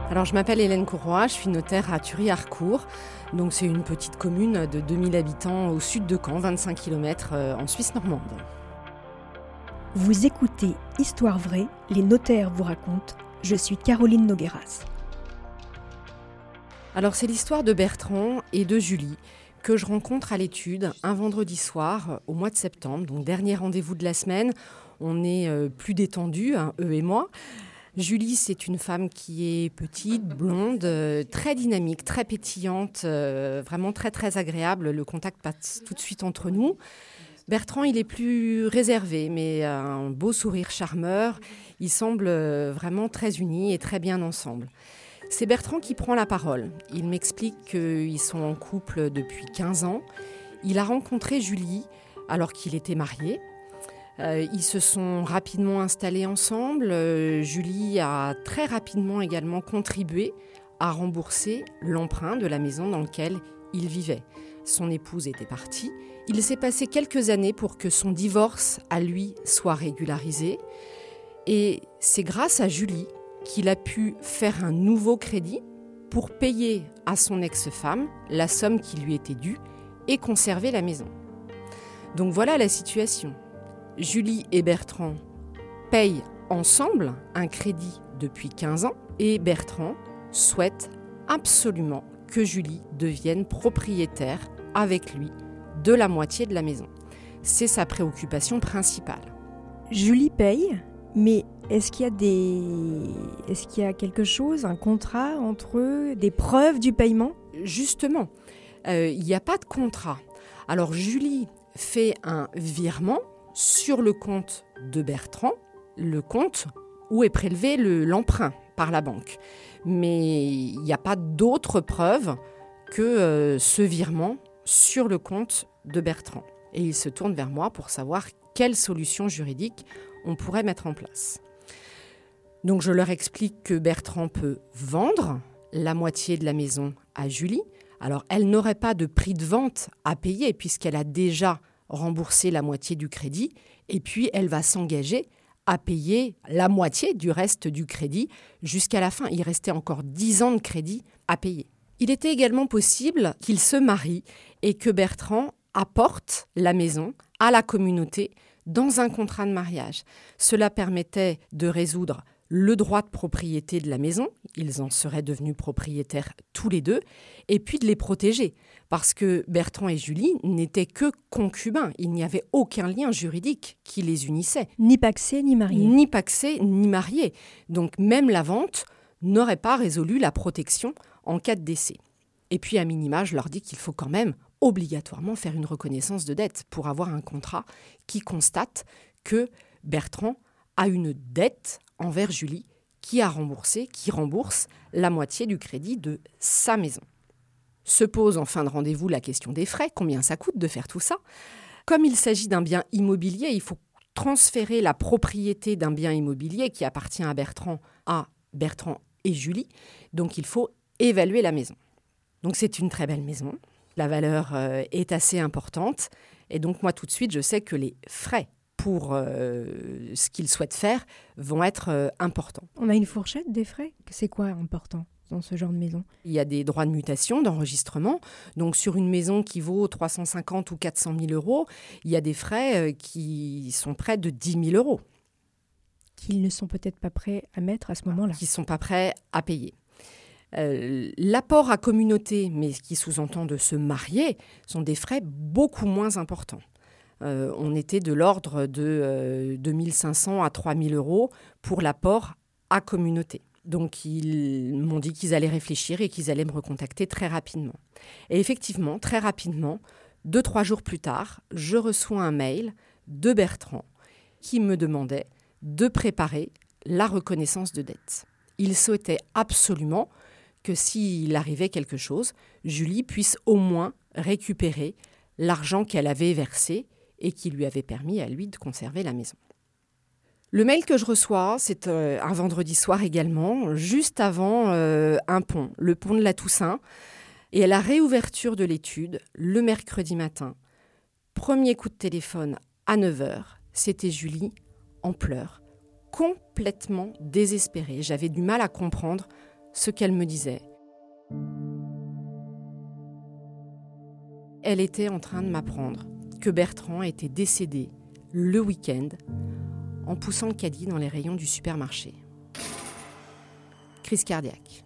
Alors je m'appelle Hélène Courroy, je suis notaire à Thury-Harcourt. Donc c'est une petite commune de 2000 habitants au sud de Caen, 25 km en Suisse normande. Vous écoutez Histoire vraie, les notaires vous racontent. Je suis Caroline Nogueras. Alors c'est l'histoire de Bertrand et de Julie que je rencontre à l'étude un vendredi soir au mois de septembre, donc dernier rendez-vous de la semaine. On est plus détendus, eux et moi. Julie, c'est une femme qui est petite, blonde, très dynamique, très pétillante, vraiment très très agréable. Le contact passe tout de suite entre nous. Bertrand, il est plus réservé, mais un beau sourire charmeur. Ils semblent vraiment très unis et très bien ensemble. C'est Bertrand qui prend la parole. Il m'explique qu'ils sont en couple depuis 15 ans. Il a rencontré Julie alors qu'il était marié. Ils se sont rapidement installés ensemble. Julie a très rapidement également contribué à rembourser l'emprunt de la maison dans laquelle il vivait. Son épouse était partie. Il s'est passé quelques années pour que son divorce à lui soit régularisé. Et c'est grâce à Julie qu'il a pu faire un nouveau crédit pour payer à son ex-femme la somme qui lui était due et conserver la maison. Donc voilà la situation. Julie et Bertrand payent ensemble un crédit depuis 15 ans et Bertrand souhaite absolument que Julie devienne propriétaire avec lui de la moitié de la maison. C'est sa préoccupation principale. Julie paye, mais est-ce qu'il y a quelque chose, un contrat entre eux, des preuves du paiement ? Justement, il n'y a pas de contrat. Alors Julie fait un virement sur le compte de Bertrand, le compte où est prélevé l'emprunt par la banque. Mais il n'y a pas d'autre preuve que ce virement sur le compte de Bertrand. Et il se tourne vers moi pour savoir quelle solution juridique on pourrait mettre en place. Donc je leur explique que Bertrand peut vendre la moitié de la maison à Julie. Alors elle n'aurait pas de prix de vente à payer puisqu'elle a déjà remboursé la moitié du crédit et puis elle va s'engager à payer la moitié du reste du crédit jusqu'à la fin. Il restait encore 10 ans de crédit à payer. Il était également possible qu'il se marie et que Bertrand apporte la maison à la communauté dans un contrat de mariage. Cela permettait de résoudre le droit de propriété de la maison, ils en seraient devenus propriétaires tous les deux, et puis de les protéger, parce que Bertrand et Julie n'étaient que concubins, il n'y avait aucun lien juridique qui les unissait. Ni pacsé, ni marié. Ni pacsé, ni marié. Donc même la vente n'aurait pas résolu la protection en cas de décès. Et puis à minima, je leur dis qu'il faut quand même obligatoirement faire une reconnaissance de dette pour avoir un contrat qui constate que Bertrand a une dette envers Julie qui rembourse la moitié du crédit de sa maison. Se pose en fin de rendez-vous la question des frais, combien ça coûte de faire tout ça. Comme il s'agit d'un bien immobilier, il faut transférer la propriété d'un bien immobilier qui appartient à Bertrand et Julie, donc il faut évaluer la maison. Donc c'est une très belle maison, la valeur est assez importante et donc moi tout de suite je sais que les frais pour ce qu'ils souhaitent faire vont être importants. On a une fourchette des frais ? C'est quoi important dans ce genre de maison ? Il y a des droits de mutation, d'enregistrement. Donc sur une maison qui vaut 350 ou 400 000 euros, il y a des frais qui sont près de 10 000 euros. Qu'ils ne sont peut-être pas prêts à mettre à ce moment-là. Qui ne sont pas prêts à payer. L'apport à communauté, mais ce qui sous-entend de se marier, sont des frais beaucoup moins importants. On était de l'ordre de 2 500 à 3 000 euros pour l'apport à communauté. Donc ils m'ont dit qu'ils allaient réfléchir et qu'ils allaient me recontacter très rapidement. Et effectivement, très rapidement, 2-3 jours plus tard, je reçois un mail de Bertrand qui me demandait de préparer la reconnaissance de dette. Il souhaitait absolument que s'il arrivait quelque chose, Julie puisse au moins récupérer l'argent qu'elle avait versé et qui lui avait permis à lui de conserver la maison. Le mail que je reçois, c'est un vendredi soir également, juste avant un pont, le pont de la Toussaint. Et à la réouverture de l'étude, le mercredi matin, premier coup de téléphone à 9h, c'était Julie en pleurs, complètement désespérée. J'avais du mal à comprendre ce qu'elle me disait. Elle était en train de m'apprendre que Bertrand était décédé le week-end en poussant le caddie dans les rayons du supermarché. Crise cardiaque.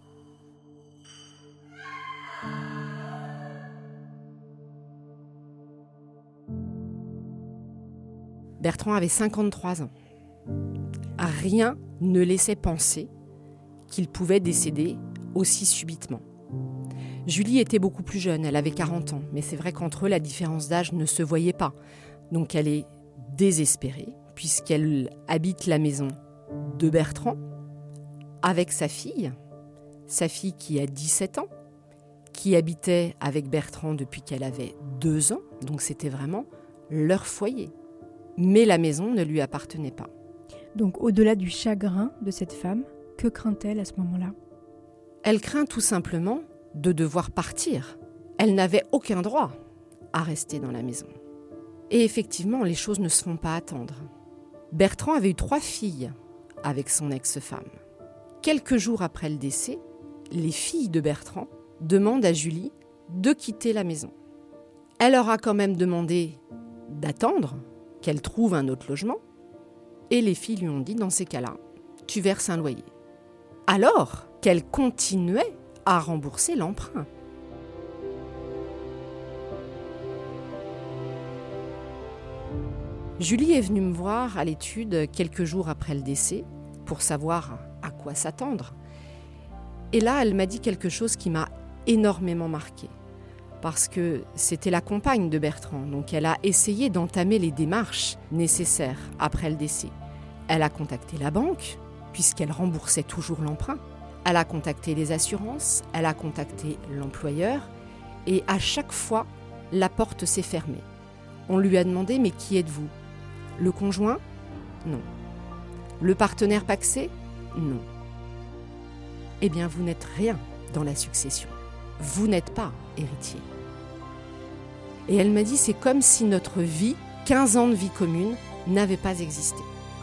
Bertrand avait 53 ans. Rien ne laissait penser qu'il pouvait décéder aussi subitement. Julie était beaucoup plus jeune, elle avait 40 ans, mais c'est vrai qu'entre eux, la différence d'âge ne se voyait pas. Donc elle est désespérée, puisqu'elle habite la maison de Bertrand, avec sa fille qui a 17 ans, qui habitait avec Bertrand depuis qu'elle avait 2 ans, donc c'était vraiment leur foyer. Mais la maison ne lui appartenait pas. Donc au-delà du chagrin de cette femme, que craint-elle à ce moment-là ? Elle craint tout simplement de devoir partir. Elle n'avait aucun droit à rester dans la maison. Et effectivement, les choses ne se font pas attendre. Bertrand avait eu 3 filles avec son ex-femme. Quelques jours après le décès, les filles de Bertrand demandent à Julie de quitter la maison. Elle leur a quand même demandé d'attendre qu'elle trouve un autre logement. Et les filles lui ont dit, dans ces cas-là, tu verses un loyer. Alors qu'elle continuait à rembourser l'emprunt. Julie est venue me voir à l'étude quelques jours après le décès pour savoir à quoi s'attendre. Et là, elle m'a dit quelque chose qui m'a énormément marquée. Parce que c'était la compagne de Bertrand, donc elle a essayé d'entamer les démarches nécessaires après le décès. Elle a contacté la banque, puisqu'elle remboursait toujours l'emprunt. Elle a contacté les assurances, elle a contacté l'employeur, et à chaque fois, la porte s'est fermée. On lui a demandé « Mais qui êtes-vous » ? Le conjoint ? Non. Le partenaire pacsé ? Non. Eh bien, vous n'êtes rien dans la succession. Vous n'êtes pas héritier. Et elle m'a dit, c'est comme si notre vie, 15 ans de vie commune, n'avait pas existé.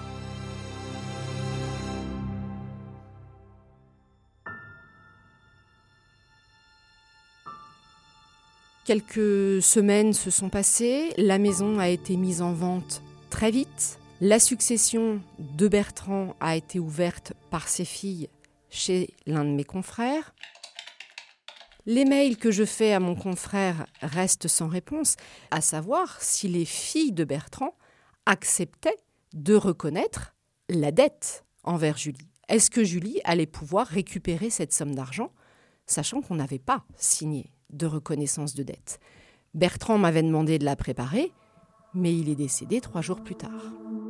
Quelques semaines se sont passées, la maison a été mise en vente très vite. La succession de Bertrand a été ouverte par ses filles chez l'un de mes confrères. Les mails que je fais à mon confrère restent sans réponse, à savoir si les filles de Bertrand acceptaient de reconnaître la dette envers Julie. Est-ce que Julie allait pouvoir récupérer cette somme d'argent, sachant qu'on n'avait pas signé de reconnaissance de dette. Bertrand m'avait demandé de la préparer, mais il est décédé 3 jours plus tard.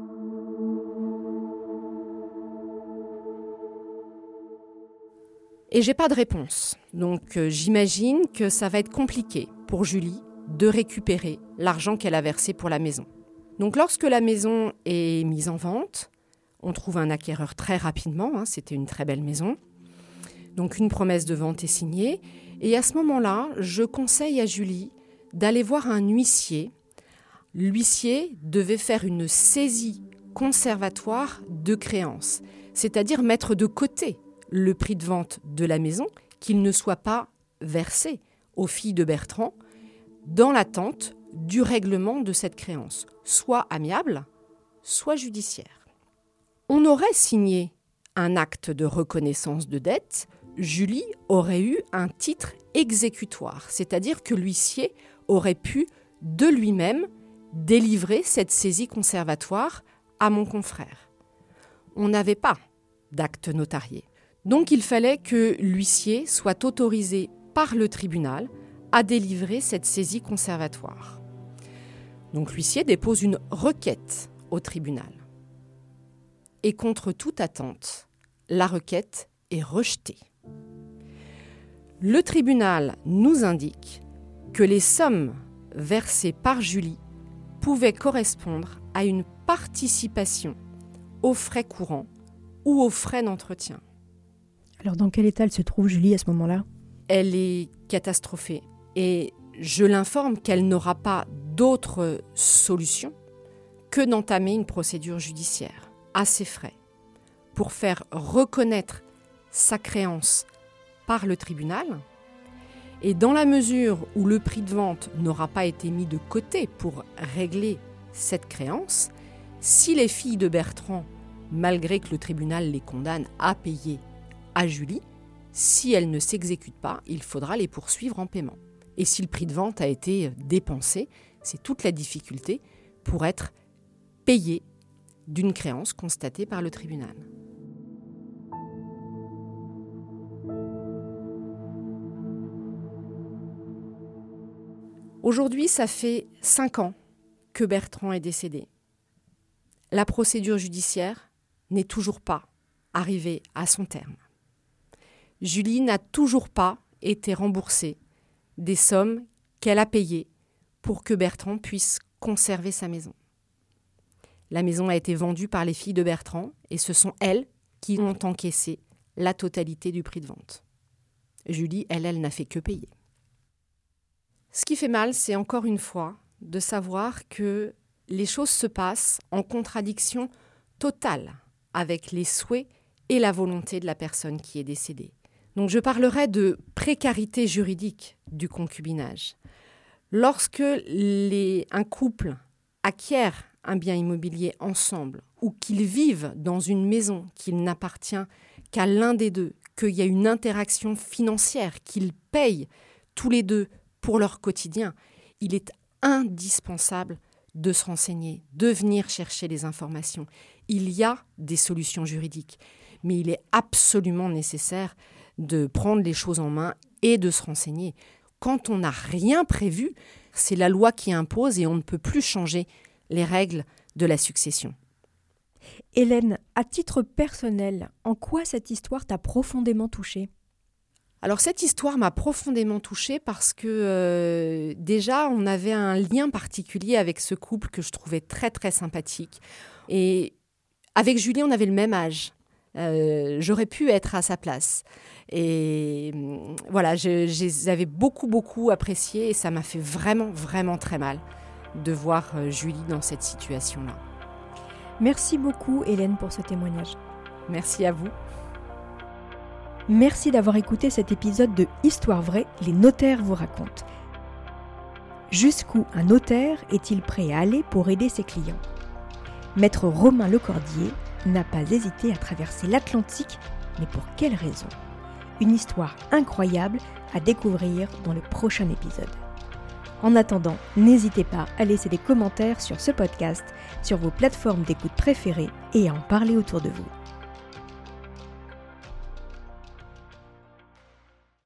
Et j'ai pas de réponse. Donc j'imagine que ça va être compliqué pour Julie de récupérer l'argent qu'elle a versé pour la maison. Donc lorsque la maison est mise en vente, on trouve un acquéreur très rapidement, c'était une très belle maison. Donc une promesse de vente est signée. Et à ce moment-là, je conseille à Julie d'aller voir un huissier. L'huissier devait faire une saisie conservatoire de créances, c'est-à-dire mettre de côté le prix de vente de la maison, qu'il ne soit pas versé aux filles de Bertrand dans l'attente du règlement de cette créance, soit amiable, soit judiciaire. On aurait signé un acte de reconnaissance de dette. Julie aurait eu un titre exécutoire, c'est-à-dire que l'huissier aurait pu de lui-même délivrer cette saisie conservatoire à mon confrère. On n'avait pas d'acte notarié. Donc il fallait que l'huissier soit autorisé par le tribunal à délivrer cette saisie conservatoire. Donc l'huissier dépose une requête au tribunal. Et contre toute attente, la requête est rejetée. Le tribunal nous indique que les sommes versées par Julie pouvaient correspondre à une participation aux frais courants ou aux frais d'entretien. Alors dans quel état elle se trouve, Julie, à ce moment-là ? Elle est catastrophée et je l'informe qu'elle n'aura pas d'autre solution que d'entamer une procédure judiciaire à ses frais pour faire reconnaître sa créance par le tribunal. Et dans la mesure où le prix de vente n'aura pas été mis de côté pour régler cette créance, si les filles de Bertrand, malgré que le tribunal les condamne à payer à Julie, si elles ne s'exécutent pas, il faudra les poursuivre en paiement. Et si le prix de vente a été dépensé, c'est toute la difficulté pour être payé d'une créance constatée par le tribunal. Aujourd'hui, ça fait 5 ans que Bertrand est décédé. La procédure judiciaire n'est toujours pas arrivée à son terme. Julie n'a toujours pas été remboursée des sommes qu'elle a payées pour que Bertrand puisse conserver sa maison. La maison a été vendue par les filles de Bertrand et ce sont elles qui ont encaissé la totalité du prix de vente. Julie, elle n'a fait que payer. Ce qui fait mal, c'est encore une fois de savoir que les choses se passent en contradiction totale avec les souhaits et la volonté de la personne qui est décédée. Donc je parlerai de précarité juridique du concubinage. Lorsque un couple acquiert un bien immobilier ensemble ou qu'ils vivent dans une maison qui n'appartient qu'à l'un des deux, qu'il y a une interaction financière, qu'ils payent tous les deux pour leur quotidien, il est indispensable de se renseigner, de venir chercher les informations. Il y a des solutions juridiques, mais il est absolument nécessaire de prendre les choses en main et de se renseigner. Quand on n'a rien prévu, c'est la loi qui impose et on ne peut plus changer les règles de la succession. Hélène, à titre personnel, en quoi cette histoire t'a profondément touchée ? Alors cette histoire m'a profondément touchée parce que déjà on avait un lien particulier avec ce couple que je trouvais très très sympathique. Et avec Julie on avait le même âge. J'aurais pu être à sa place. Et voilà, je les avais beaucoup appréciés et ça m'a fait vraiment très mal de voir Julie dans cette situation-là. Merci beaucoup Hélène pour ce témoignage. Merci à vous. Merci d'avoir écouté cet épisode de Histoire vraie, les notaires vous racontent. Jusqu'où un notaire est-il prêt à aller pour aider ses clients ? Maître Romain Lecordier n'a pas hésité à traverser l'Atlantique, mais pour quelle raison ? Une histoire incroyable à découvrir dans le prochain épisode. En attendant, n'hésitez pas à laisser des commentaires sur ce podcast, sur vos plateformes d'écoute préférées et à en parler autour de vous.